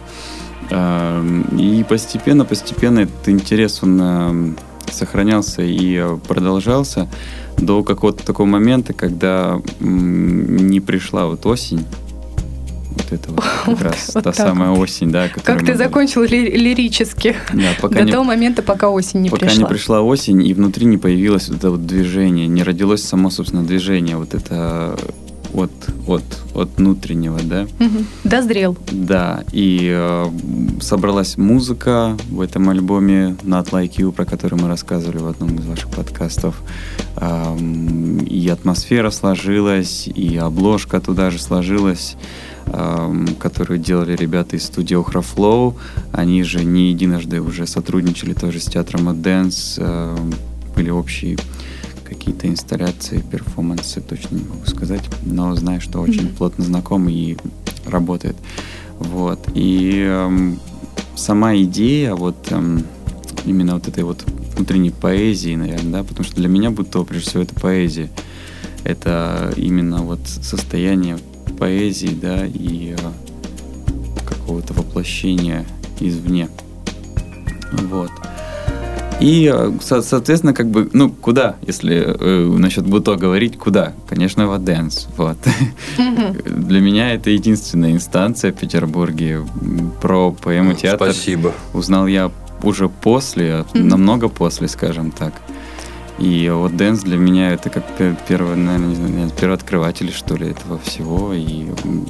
И постепенно этот интерес, он сохранялся и продолжался до какого-то такого момента, когда не пришла вот осень. Вот это вот как раз та самая осень, да. Как ты закончил лирически. Да, до того момента, пока осень не пришла. Пока не пришла осень, и внутри не появилось вот это вот движение, не родилось само, собственно, движение. Вот это от внутреннего, да. Дозрел. Да, и собралась музыка в этом альбоме Not Like You, про который мы рассказывали в одном из ваших подкастов. И атмосфера сложилась, и обложка туда же сложилась, которую делали ребята из студии Охра Flow. Они же не единожды уже сотрудничали тоже с театром Odd Dance. Были общие какие-то инсталляции, перформансы, точно не могу сказать, но знаю, что очень плотно знаком и работает. Вот. И сама идея именно вот этой вот внутренней поэзии, наверное, да, потому что для меня Буто, прежде всего, это поэзия. Это именно вот состояние поэзии, да, и какого-то воплощения извне. Вот. И, соответственно, как бы, ну, куда, если насчет Буто говорить, куда? Конечно, в Дэнс. Вот. Для меня это единственная инстанция в Петербурге. Про поэму театр Спасибо. узнал я уже после, намного после, скажем так. И вот дэнс для меня это как первый, наверное, не знаю, первооткрыватель, что ли, этого всего. И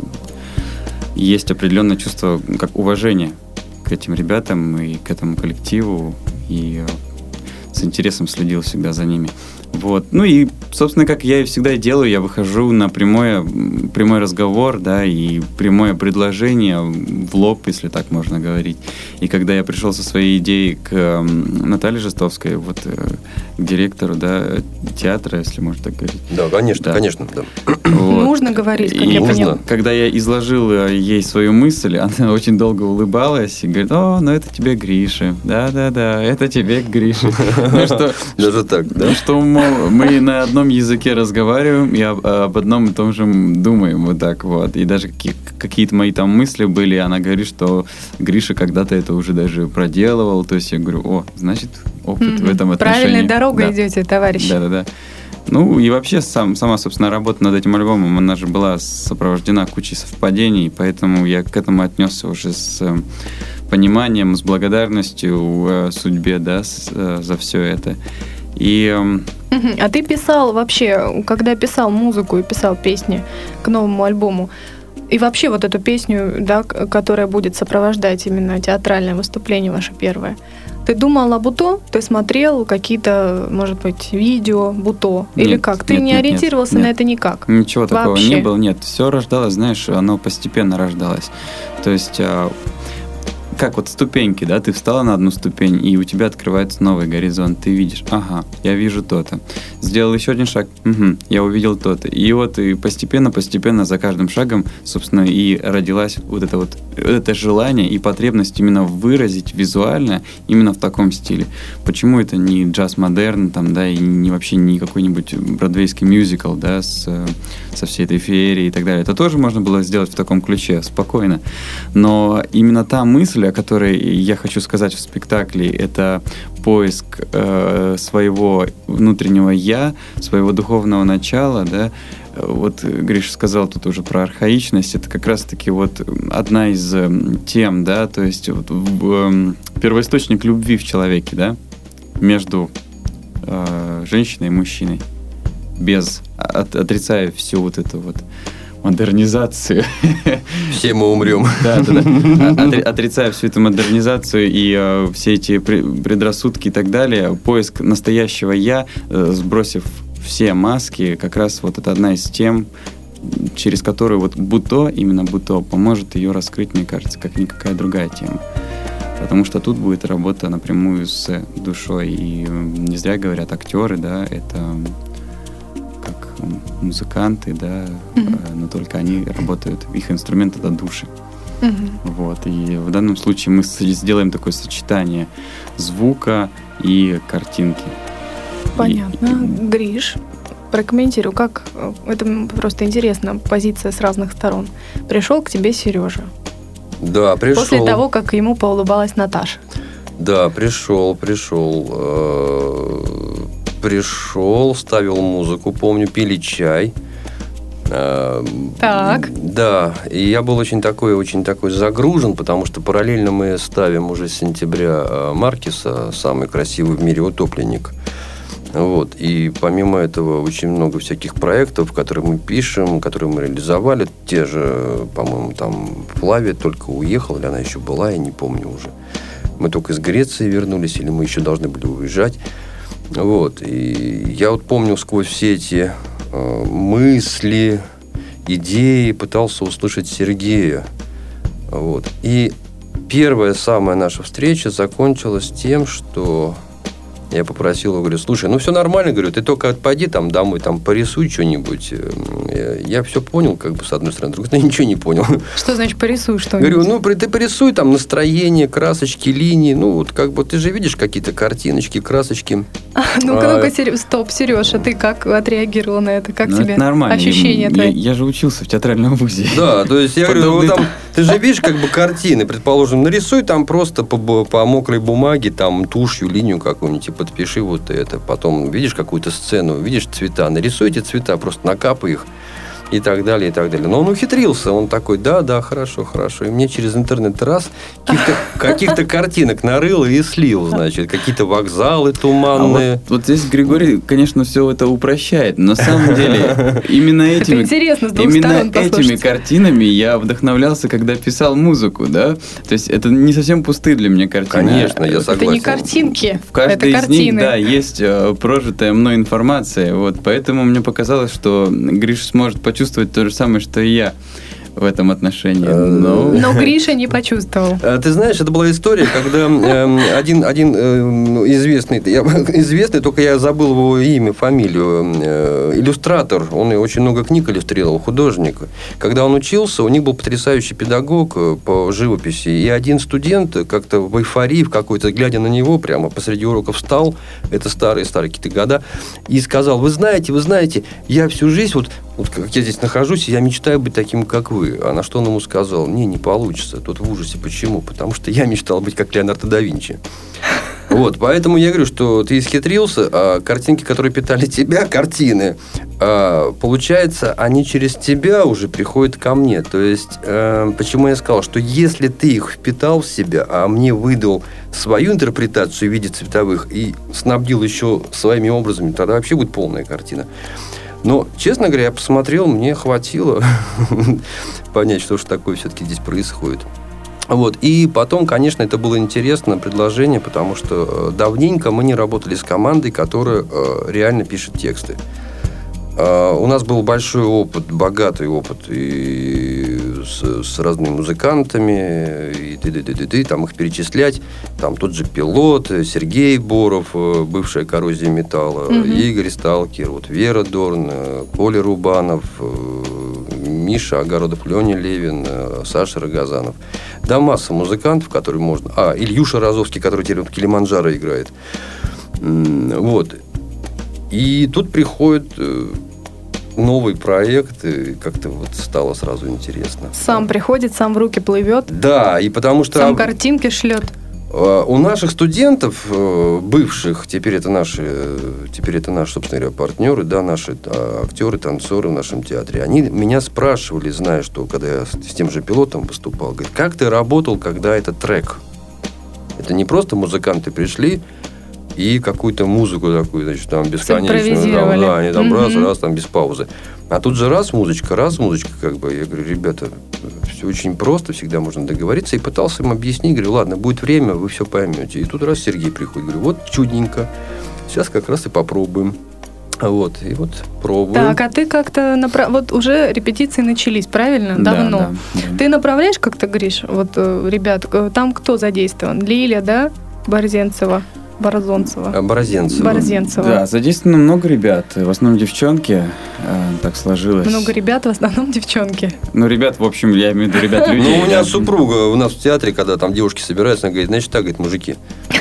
есть определенное чувство как уважения к этим ребятам и к этому коллективу. И с интересом следил всегда за ними. Вот. Ну и, собственно, как я и всегда делаю, я выхожу на прямой разговор, да, и прямое предложение в лоб, если так можно говорить. И когда я пришел со своей идеей к Наталье Жестовской, вот, к директору, да, театра, если можно так говорить. Да, конечно, да. Конечно, да. Вот. Нужно говорить, как я поняла. Когда я изложил ей свою мысль, она очень долго улыбалась и говорит: «О, ну это тебе Гриша, да-да-да, это тебе Гриша». Даже так, да? Что, мы на одном языке разговариваем и об одном и том же думаем, вот так вот. И даже какие-то мои там мысли были, она говорит, что Гриша когда-то это уже даже проделывал. То есть я говорю: о, значит, опыт в этом отношении. Правильной дорогой идете, товарищ. Да-да-да. Ну и вообще сама, собственно, работа над этим альбомом, она же была сопровождена кучей совпадений, поэтому я к этому отнесся уже с пониманием, с благодарностью судьбе, да, за все это. И... А ты писал вообще, когда писал музыку и писал песни к новому альбому, и вообще вот эту песню, да, которая будет сопровождать именно театральное выступление ваше первое, ты думал о Буто? Ты смотрел какие-то, может быть, видео Буто? Или как? Ты не ориентировался на это никак? Ничего такого вообще не было, нет. Все рождалось, знаешь, оно постепенно рождалось. То есть... как вот ступеньки, да, ты встала на одну ступень, и у тебя открывается новый горизонт, ты видишь: ага, я вижу то-то. Сделал еще один шаг, я увидел то-то. И вот и постепенно за каждым шагом, собственно, и родилась вот это желание и потребность именно выразить визуально именно в таком стиле. Почему это не джаз-модерн, там, да, и не вообще не какой-нибудь бродвейский мюзикл, да, со всей этой феерией и так далее. Это тоже можно было сделать в таком ключе, спокойно. Но именно та мысль, о которой я хочу сказать в спектакле, это поиск своего внутреннего «я», своего духовного начала, да. Вот Гриша сказал тут уже про архаичность, это как раз-таки вот одна из тем, да, то есть вот первоисточник любви в человеке, да, между женщиной и мужчиной, отрицая всю вот эту вот модернизацию. Все мы умрем. Да. Отрицая всю эту модернизацию и все эти предрассудки и так далее, поиск настоящего «я», сбросив все маски, как раз вот это одна из тем, через которую вот Буто, именно Буто, поможет ее раскрыть, мне кажется, как никакая другая тема. Потому что тут будет работа напрямую с душой. И не зря говорят актеры, да, это как музыканты, да, но только они работают, их инструмент — это души. Вот. И в данном случае мы сделаем такое сочетание звука и картинки. Понятно. Гриш, прокомментирую, как это просто интересно, позиция с разных сторон. Пришел к тебе Сережа. Да, пришел. После того, как ему поулыбалась Наташа. Да, пришел, ставил музыку, помню, пили чай. Так. Да, и я был очень такой загружен, потому что параллельно мы ставим уже с сентября Маркеса, самый красивый в мире утопленник. Вот. И помимо этого очень много всяких проектов, которые мы пишем, которые мы реализовали. Те же, по-моему, там Флавия только уехала, или она еще была, я не помню уже. Мы только из Греции вернулись, или мы еще должны были уезжать. Вот. И я вот помню сквозь все эти мысли, идеи пытался услышать Сергея. Вот. И первая самая наша встреча закончилась тем, что я попросил его, говорю: слушай, ну все нормально, говорю, ты только пойди там домой, там порисуй что-нибудь. Я все понял, как бы, с одной стороны, с другой стороны, ничего не понял. Что значит порисуй что-нибудь? Говорю, ну ты порисуй там настроение, красочки, линии, ну вот как бы ты же видишь какие-то картиночки, красочки. Ну-ка, стоп, Сереж, а ты как отреагировал на это? Как тебе это нормально. Ощущения твои? Я же учился в театральном вузе. Да, то есть я говорю, ну там Ты же видишь как бы картины, предположим, нарисуй там просто по мокрой бумаге, там тушью линию какую-нибудь, и подпиши вот это. Потом видишь какую-то сцену, видишь цвета, нарисуй эти цвета, просто накапай их. И так далее, и так далее. Но он ухитрился. Он такой, да, хорошо. И мне через интернет раз каких-то картинок нарыл и слил, значит. Какие-то вокзалы туманные. Вот здесь Григорий, конечно, все это упрощает. Но на самом деле именно этими картинами я вдохновлялся, когда писал музыку, да? То есть это не совсем пустые для меня картины. Конечно, я согласен. Это не картинки, в каждой это картины. из них, да, есть прожитая мной информация. Вот, поэтому мне показалось, что Гриша сможет почувствовать то же самое, что и я в этом отношении. Но Гриша не почувствовал. Ты знаешь, это была история, когда один известный, только я забыл его имя, фамилию, иллюстратор, он очень много книг иллюстрировал, художник. Когда он учился, у них был потрясающий педагог по живописи, и один студент как-то в эйфории в какой-то, глядя на него, прямо посреди урока встал, это старые какие-то года, и сказал, вы знаете, я всю жизнь, вот как я здесь нахожусь, я мечтаю быть таким, как вы. А на что он ему сказал? Не получится. Тот в ужасе. Почему? Потому что я мечтал быть как Леонардо да Винчи. Вот, поэтому я говорю, что ты исхитрился, а картинки, которые питали тебя, картины, получается, они через тебя уже приходят ко мне. То есть, почему я сказал, что если ты их впитал в себя, а мне выдал свою интерпретацию в виде цветовых и снабдил еще своими образами, тогда вообще будет полная картина. Но, честно говоря, я посмотрел, мне хватило понять, что же такое все-таки здесь происходит. Вот. И потом, конечно, это было интересное предложение, потому что давненько мы не работали с командой, которая реально пишет тексты. У нас был большой опыт, богатый опыт и с разными музыкантами, и там их перечислять. Там тот же Пилот, Сергей Боров, бывшая Коррозия металла, Игорь Сталкер, вот Вера Дорн, Коля Рубанов, Миша Огородов, Леня Левин, Саша Рогозанов. Да, масса музыкантов, которые можно... Ильюша Розовский, который теперь в Килиманджаро играет. Вот. И тут приходит новый проект, и как-то вот стало сразу интересно. Сам приходит, сам в руки плывет. Да, и потому что... Сам картинки шлет. У наших студентов, бывших, теперь это наши, собственно говоря, партнеры, да, наши актеры, танцоры в нашем театре, они меня спрашивали, зная, что когда я с тем же Пилотом выступал, говорят, как ты работал, когда это трек? Это не просто музыканты пришли и какую-то музыку такую, значит, там бесконечную, да, они там раз, там без паузы. А тут же раз музычка, как бы. Я говорю, ребята, все очень просто, всегда можно договориться. И пытался им объяснить, говорю, ладно, будет время, вы все поймете. И тут раз Сергей приходит, говорю, вот чудненько, сейчас как раз и попробуем. Вот, и вот пробуем. Так, а ты как-то... Вот уже репетиции начались, правильно? Давно. Да. Ты направляешь как-то, Гриш, вот, ребят, там кто задействован? Лиля, да? Борзенцева. Да, задействовано много ребят. В основном девчонки. Так сложилось. Много ребят, в основном девчонки. Ну, ребят, в общем, я имею в виду ребят людей. Ну, у меня супруга, у нас в театре, когда там девушки собираются, она говорит, значит, так, говорит, мужики.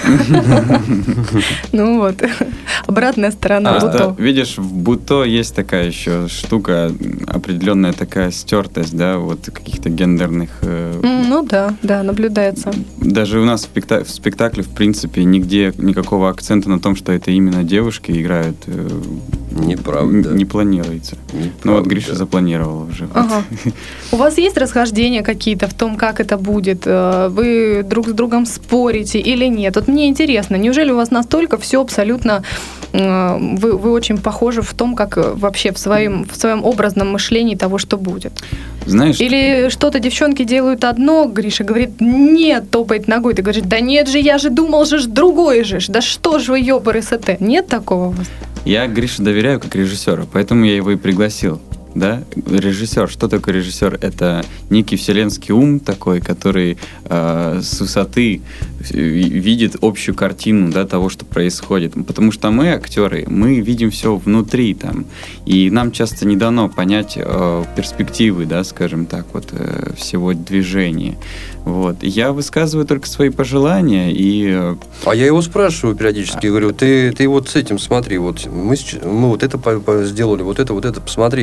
Ну вот, обратная сторона Буто. Видишь, в Буто есть такая еще штука, определенная такая стертость, да, вот каких-то гендерных... Ну да, наблюдается. Даже у нас в спектакле, в принципе, нигде никакого акцента на том, что это именно девушки играют, неправда. Не планируется. Неправда. Ну вот Гриша запланировал уже. Ага. У вас есть расхождения какие-то в том, как это будет? Вы друг с другом спорите или нет? Вот мне интересно, неужели у вас настолько все абсолютно... Вы очень похожи в том, как вообще в своем образном мышлении того, что будет? Знаешь, или что-то девчонки делают одно, Гриша говорит, нет, топает ногой. Ты говоришь, да нет же, я же думал же другое же. Да что ж вы, ёбары СТ? Нет такого у вас? Я Грише доверяю как режиссеру, поэтому я его и пригласил. Да? Режиссер. Что такое режиссер? Это некий вселенский ум такой, который с высоты видит общую картину, да, того, что происходит. Потому что мы, актеры, мы видим все внутри там. И нам часто не дано понять перспективы, да, скажем так, вот, всего движения. Вот. Я высказываю только свои пожелания. А я его спрашиваю периодически, говорю, ты вот с этим смотри, вот мы вот это сделали, вот это посмотри, вот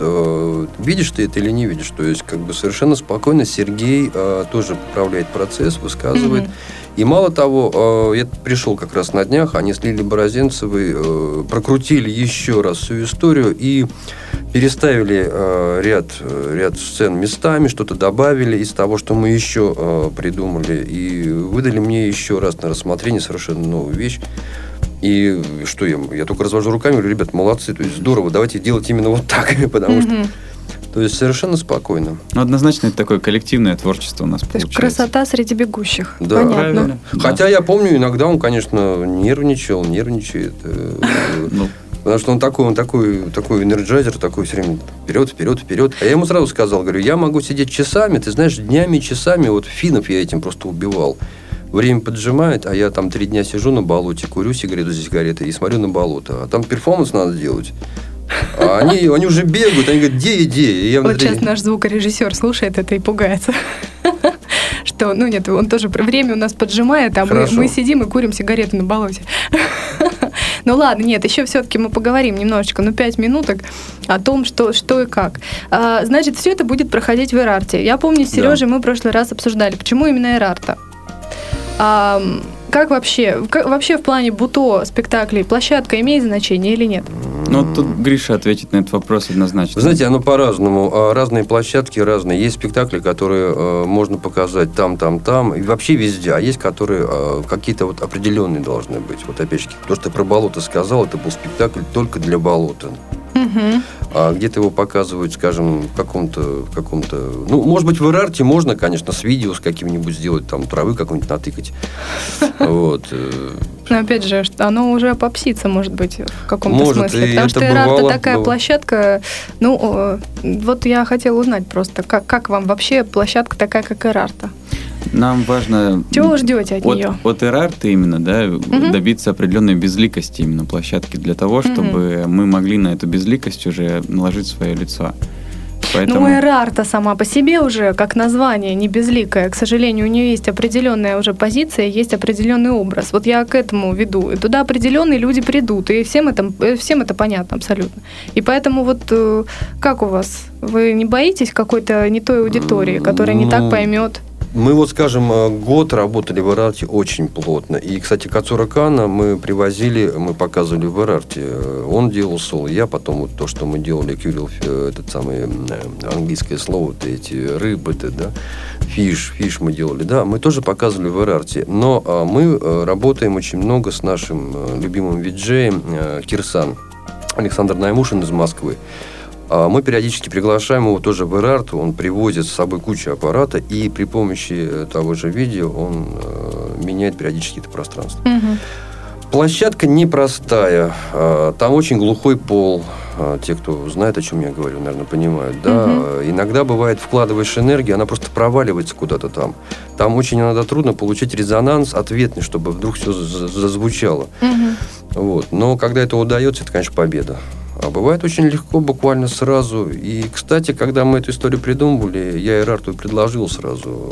видишь ты это или не видишь. То есть, как бы совершенно спокойно Сергей тоже поправляет процесс, высказывает. И мало того, я пришел как раз на днях, они с Лилией Борозенцевой прокрутили еще раз всю историю и переставили ряд сцен местами, что-то добавили из того, что мы еще придумали, и выдали мне еще раз на рассмотрение совершенно новую вещь. И что я только развожу руками, говорю, ребят, молодцы, то есть здорово, давайте делать именно вот так, потому что... То есть совершенно спокойно. Ну, однозначно, это такое коллективное творчество у нас получается. То есть красота среди бегущих. Да. Понятно. Правильно. Хотя я помню, иногда он, конечно, нервничает. Потому что он такой энерджайзер, такой все время вперед. А я ему сразу сказал, говорю, я могу сидеть часами, ты знаешь, днями, часами, вот финнов я этим просто убивал. Время поджимает, а я там 3 дня сижу на болоте, курю сигареты и смотрю на болото. А там перформанс надо делать. А они уже бегают, они говорят, где идея? Вот сейчас наш звукорежиссер слушает это и пугается. Что, нет, он тоже время у нас поджимает, а мы сидим и курим сигареты на болоте. Ну ладно, нет, еще все-таки мы поговорим немножечко, 5 минуток о том, что и как. Значит, все это будет проходить в Эрарте. Я помню, с Сережей мы в прошлый раз обсуждали, почему именно Эрарта. Как вообще в плане буто спектаклей площадка имеет значение или нет? Ну, тут Гриша ответит на этот вопрос однозначно. Вы знаете, оно по-разному. Разные площадки разные. Есть спектакли, которые можно показать там, и вообще везде. А есть, которые какие-то вот определенные должны быть. Вот опять же, то, что ты про болото сказал, это был спектакль только для болота. А где-то его показывают, скажем, в каком-то... Ну, может быть, в Эрарте можно, конечно, с видео с каким-нибудь сделать, там, травы какой-нибудь натыкать. Вот. Но, опять же, оно уже попсится, может быть, в каком-то смысле. Потому что Эрарта такая площадка... Ну, вот я хотела узнать просто, как вам вообще площадка такая, как Эрарта? Нам важно... Чего вы ждете от нее? От Эрарты именно, да, добиться определенной безликости именно площадки для того, чтобы мы могли на эту безликость уже наложить свое лицо. Поэтому... Ну, Эрарта сама по себе уже, как название, не безликая. К сожалению, у нее есть определенная уже позиция, есть определенный образ. Вот я к этому веду. И туда определенные люди придут, и всем это понятно абсолютно. И поэтому вот как у вас? Вы не боитесь какой-то не той аудитории, которая не так поймет? Мы вот, скажем, год работали в Эрарте очень плотно. И, кстати, Кацура Кана мы показывали в Эрарте. Он делал соло, я потом вот то, что мы делали, кюрил, этот самый английское слово, эти рыбы-то, да, фиш мы делали, да, мы тоже показывали в Эрарте. Но мы работаем очень много с нашим любимым виджеем Кирсан, Александр Наймушин из Москвы. Мы периодически приглашаем его тоже в Эрарту, он привозит с собой кучу аппарата, и при помощи того же видео он меняет периодически это пространство. Площадка непростая, там очень глухой пол. Те, кто знает, о чем я говорю, наверное, понимают. Да? Иногда бывает, вкладываешь энергию, она просто проваливается куда-то там. Там очень иногда трудно получить резонанс ответный, чтобы вдруг все зазвучало. Вот. Но когда это удается, это, конечно, победа. А бывает очень легко, буквально сразу. И, кстати, когда мы эту историю придумывали, я Эрарту предложил сразу.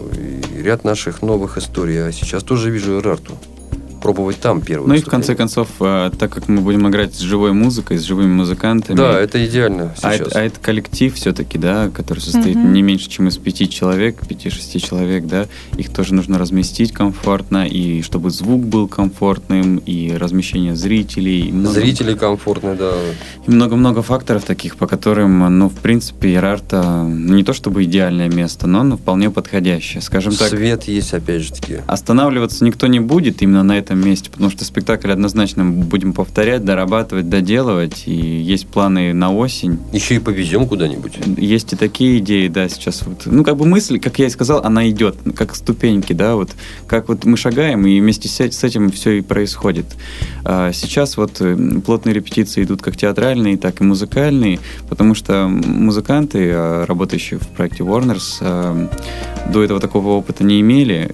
И ряд наших новых историй. Я сейчас тоже вижу Эрарту. Пробовать там первый. Ну и в конце концов, так как мы будем играть с живой музыкой, с живыми музыкантами. Да, это идеально сейчас. А это коллектив все-таки, да, который состоит не меньше, чем из 5 человек, 5-6 человек, да. Их тоже нужно разместить комфортно, и чтобы звук был комфортным, и размещение зрителей. Зрители комфортные, да. И много-много факторов таких, по которым, ну, в принципе, Эрарта не то чтобы идеальное место, но вполне подходящее, скажем так. Свет есть, опять же таки. Останавливаться никто не будет именно на этом месте, потому что спектакль однозначно будем повторять, дорабатывать, доделывать, и есть планы на осень. Еще и повезем куда-нибудь. Есть и такие идеи, да, сейчас вот. Ну, как бы мысль, как я и сказал, она идет, как ступеньки, да, вот. Как вот мы шагаем, и вместе с этим все и происходит. Сейчас вот плотные репетиции идут как театральные, так и музыкальные, потому что музыканты, работающие в проекте Warners, до этого такого опыта не имели,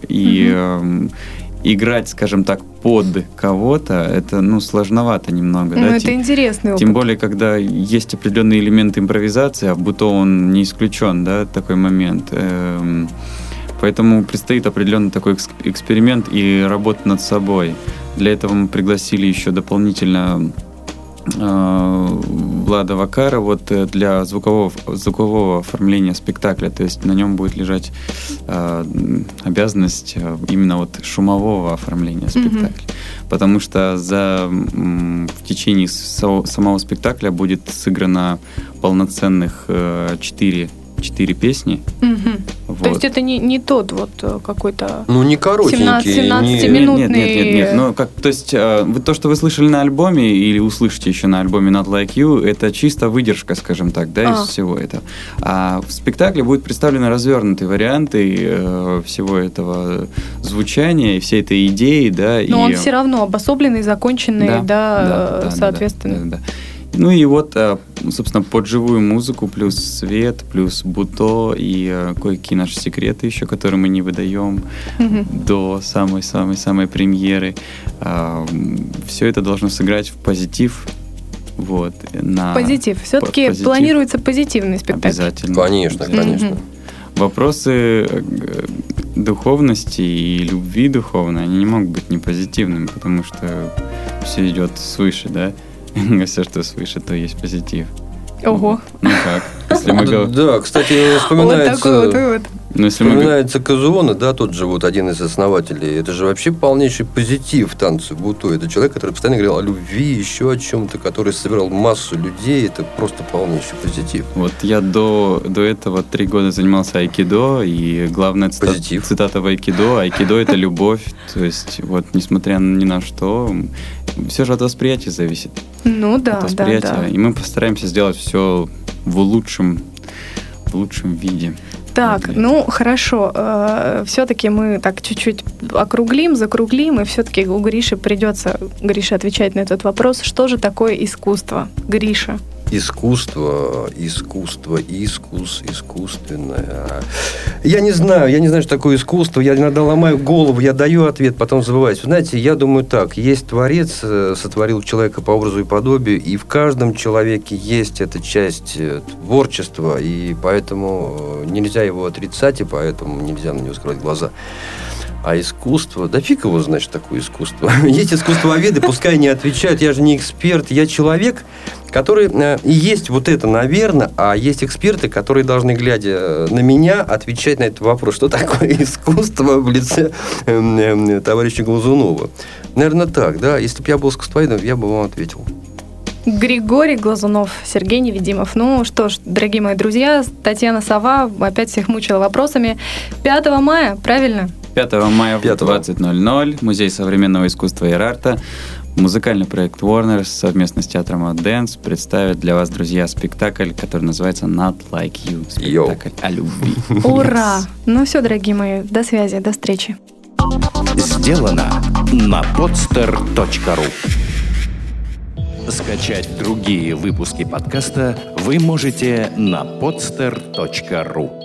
и играть, скажем так, под кого-то, это, ну, сложновато немного. Ну, да? Это интересный опыт. Тем более, когда есть определенные элементы импровизации, а в буто он не исключен, да, такой момент. Поэтому предстоит определенный такой эксперимент и работа над собой. Для этого мы пригласили еще дополнительно Влада Вакара вот для звукового оформления спектакля. То есть на нем будет лежать обязанность именно вот шумового оформления спектакля. Потому что в течение самого спектакля будет сыграно полноценных 4 песни. Вот. То есть это не тот вот какой-то... Ну, не коротенький. 17-минутный... Нет. Ну, то есть то, что вы слышали на альбоме или услышите еще на альбоме Not Like You, это чисто выдержка, скажем так, да, из всего этого. А в спектакле будут представлены развернутые варианты всего этого звучания и всей этой идеи, да. Но он все равно обособленный, законченный, да, соответственно. Да. Ну и вот, собственно, под живую музыку, плюс свет, плюс буто и кое-какие наши секреты еще, которые мы не выдаем до самой премьеры. Все это должно сыграть в позитив. Вот, позитив. Все-таки планируется позитивный спектакль. Обязательно. Конечно. Вопросы духовности и любви духовной, они не могут быть не позитивными, потому что все идет свыше, да? Все, что свыше, то есть позитив. Ого. Ну как? Если мы Да, кстати, вспоминается... Вот такой вот вывод. Вспоминается Казуона, да, тот же вот один из основателей. Это же вообще полнейший позитив в танце буто. Это человек, который постоянно говорил о любви, еще о чем-то, который собирал массу людей. Это просто полнейший позитив. Вот я до этого 3 года занимался айкидо, и главная цитата в айкидо: айкидо — это любовь. То есть вот несмотря ни на что, все же от восприятия зависит. Ну да, от восприятия. Да. И мы постараемся сделать все в лучшем виде. Так, ну хорошо. Все-таки мы так чуть-чуть закруглим, и все-таки у Гриши придется отвечать на этот вопрос. Что же такое искусство, Гриша? Искусственное. Я не знаю, что такое искусство. Я иногда ломаю голову, я даю ответ, потом забываюсь. Знаете, я думаю так. Есть Творец, сотворил человека по образу и подобию, и в каждом человеке есть эта часть творчества, и поэтому нельзя его отрицать, и поэтому нельзя на него скрывать глаза. А искусство, да фиг его знает, что такое искусство. Есть искусствоведы, пускай не отвечают, я же не эксперт, я человек, который... И есть вот это, наверное, а есть эксперты, которые должны, глядя на меня, отвечать на этот вопрос, что такое искусство в лице товарища Глазунова. Наверное, так, да. Если бы я был искусствоведом, я бы вам ответил. Григорий Глазунов, Сергей Невидимов. Ну что ж, дорогие мои друзья, Татьяна Сова опять всех мучила вопросами. 5 мая, правильно? 5 мая в 20:00 Музей современного искусства и арта, музыкальный проект Warner совместно с театром Hot Dance представит для вас, друзья, спектакль, который называется Not Like You. Спектакль о любви. Ура! Ну все, дорогие мои, до связи, до встречи. Сделано на podster.ru. Скачать другие выпуски подкаста вы можете на podster.ru.